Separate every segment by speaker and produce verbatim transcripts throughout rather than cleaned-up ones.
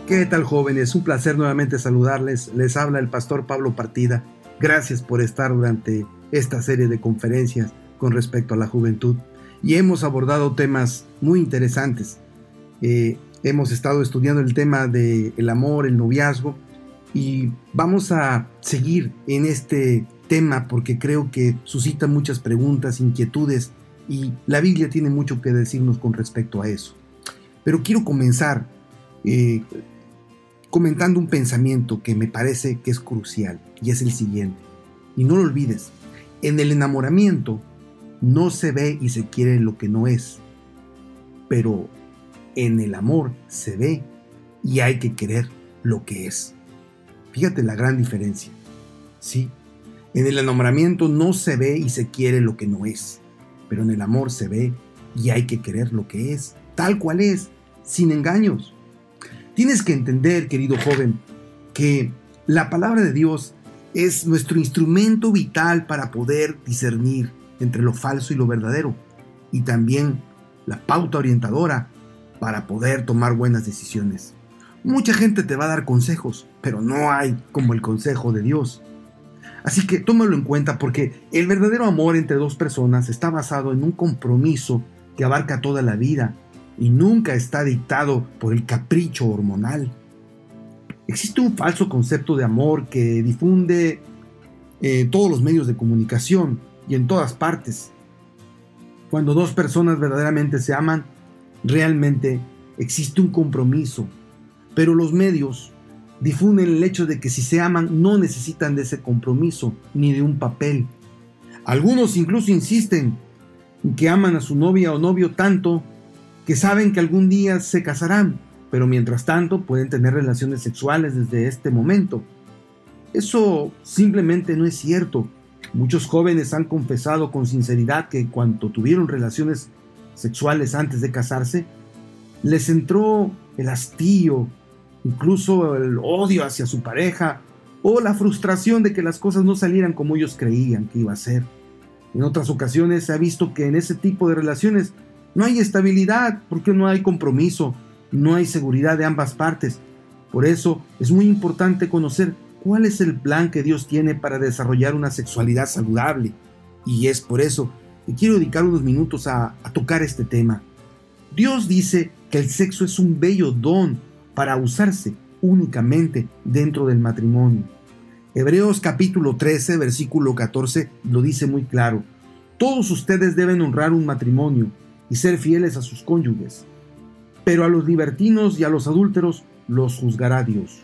Speaker 1: ¿Qué tal, jóvenes? Un placer nuevamente saludarles. Les habla el pastor Pablo Partida. Gracias por estar durante esta serie de conferencias con respecto a la juventud. Y hemos abordado temas muy interesantes. Eh, hemos estado estudiando el tema del amor, el noviazgo, y vamos a seguir en este tema porque creo que suscita muchas preguntas, inquietudes, y la Biblia tiene mucho que decirnos con respecto a eso. Pero quiero comenzar eh, comentando un pensamiento que me parece que es crucial, y es el siguiente. Y no lo olvides, en el enamoramiento no se ve y se quiere lo que no es, pero en el amor se ve y hay que querer lo que es. Fíjate la gran diferencia. Sí, en el enamoramiento no se ve y se quiere lo que no es, pero en el amor se ve y hay que querer lo que es, tal cual es, sin engaños. Tienes que entender, querido joven, que la palabra de Dios es nuestro instrumento vital para poder discernir entre lo falso y lo verdadero, y también la pauta orientadora para poder tomar buenas decisiones. Mucha gente te va a dar consejos, pero no hay como el consejo de Dios. Así que tómalo en cuenta, porque el verdadero amor entre dos personas está basado en un compromiso que abarca toda la vida y nunca está dictado por el capricho hormonal. Existe un falso concepto de amor que difunde eh, todos los medios de comunicación y en todas partes. Cuando dos personas verdaderamente se aman, realmente existe un compromiso, pero los medios difunden el hecho de que si se aman no necesitan de ese compromiso ni de un papel. Algunos incluso insisten en que aman a su novia o novio tanto que saben que algún día se casarán, pero mientras tanto pueden tener relaciones sexuales desde este momento. Eso simplemente no es cierto. Muchos jóvenes han confesado con sinceridad que cuando tuvieron relaciones sexuales antes de casarse, les entró el hastío, incluso el odio hacia su pareja, o la frustración de que las cosas no salieran como ellos creían que iba a ser. En otras ocasiones se ha visto que en ese tipo de relaciones no hay estabilidad porque no hay compromiso, no hay seguridad de ambas partes. Por eso es muy importante conocer cuál es el plan que Dios tiene para desarrollar una sexualidad saludable. Y es por eso que quiero dedicar unos minutos a, a tocar este tema. Dios dice que el sexo es un bello don para usarse únicamente dentro del matrimonio. Hebreos capítulo trece, versículo catorce lo dice muy claro. Todos ustedes deben honrar un matrimonio y ser fieles a sus cónyuges, pero a los libertinos y a los adúlteros los juzgará Dios.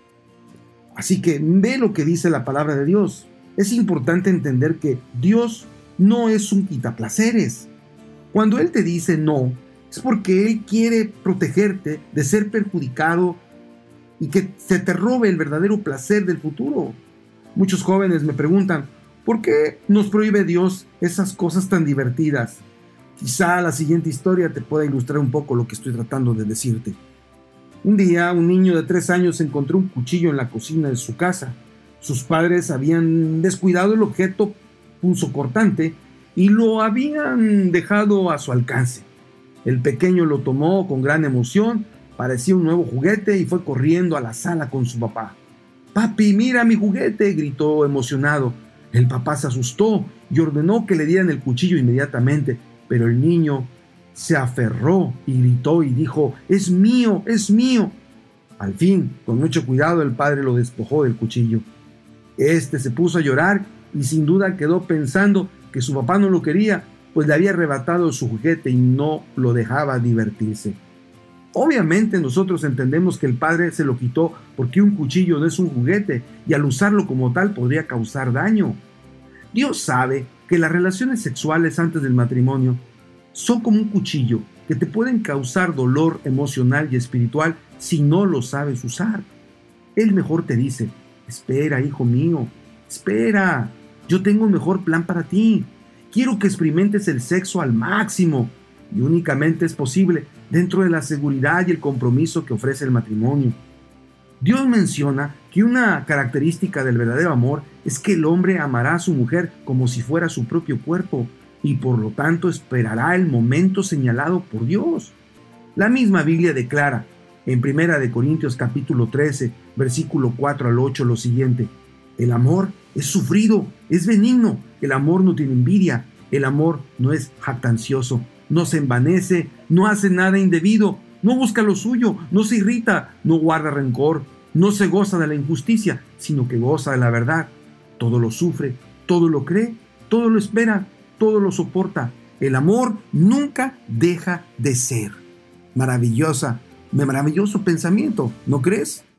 Speaker 1: Así que ve lo que dice la palabra de Dios. Es importante entender que Dios no es un quitaplaceres. Cuando Él te dice no, es porque Él quiere protegerte de ser perjudicado y que se te robe el verdadero placer del futuro. Muchos jóvenes me preguntan, ¿por qué nos prohíbe Dios esas cosas tan divertidas? Quizá la siguiente historia te pueda ilustrar un poco lo que estoy tratando de decirte. Un día, un niño de tres años encontró un cuchillo en la cocina de su casa. Sus padres habían descuidado el objeto punzocortante y lo habían dejado a su alcance. El pequeño lo tomó con gran emoción, parecía un nuevo juguete y fue corriendo a la sala con su papá. «Papi, mira mi juguete», gritó emocionado. El papá se asustó y ordenó que le dieran el cuchillo inmediatamente, pero el niño se aferró y gritó y dijo, «¡Es mío, es mío!». Al fin, con mucho cuidado, el padre lo despojó del cuchillo. Este se puso a llorar y sin duda quedó pensando que su papá no lo quería, pues le había arrebatado su juguete y no lo dejaba divertirse. Obviamente nosotros entendemos que el padre se lo quitó porque un cuchillo no es un juguete y al usarlo como tal podría causar daño. Dios sabe que las relaciones sexuales antes del matrimonio son como un cuchillo que te pueden causar dolor emocional y espiritual si no lo sabes usar. Él mejor te dice, espera, hijo mío, espera, yo tengo un mejor plan para ti. Quiero que experimentes el sexo al máximo y únicamente es posible dentro de la seguridad y el compromiso que ofrece el matrimonio. Dios menciona que una característica del verdadero amor es que el hombre amará a su mujer como si fuera su propio cuerpo y por lo tanto esperará el momento señalado por Dios. La misma Biblia declara, En Primera de Corintios capítulo trece, versículo cuatro al ocho, lo siguiente: el amor es sufrido, es benigno, el amor no tiene envidia, el amor no es jactancioso, no se envanece, no hace nada indebido, no busca lo suyo, no se irrita, no guarda rencor, no se goza de la injusticia, sino que goza de la verdad. Todo lo sufre, todo lo cree, todo lo espera, todo lo soporta. El amor nunca deja de ser. Maravillosa, maravilloso pensamiento, ¿no crees?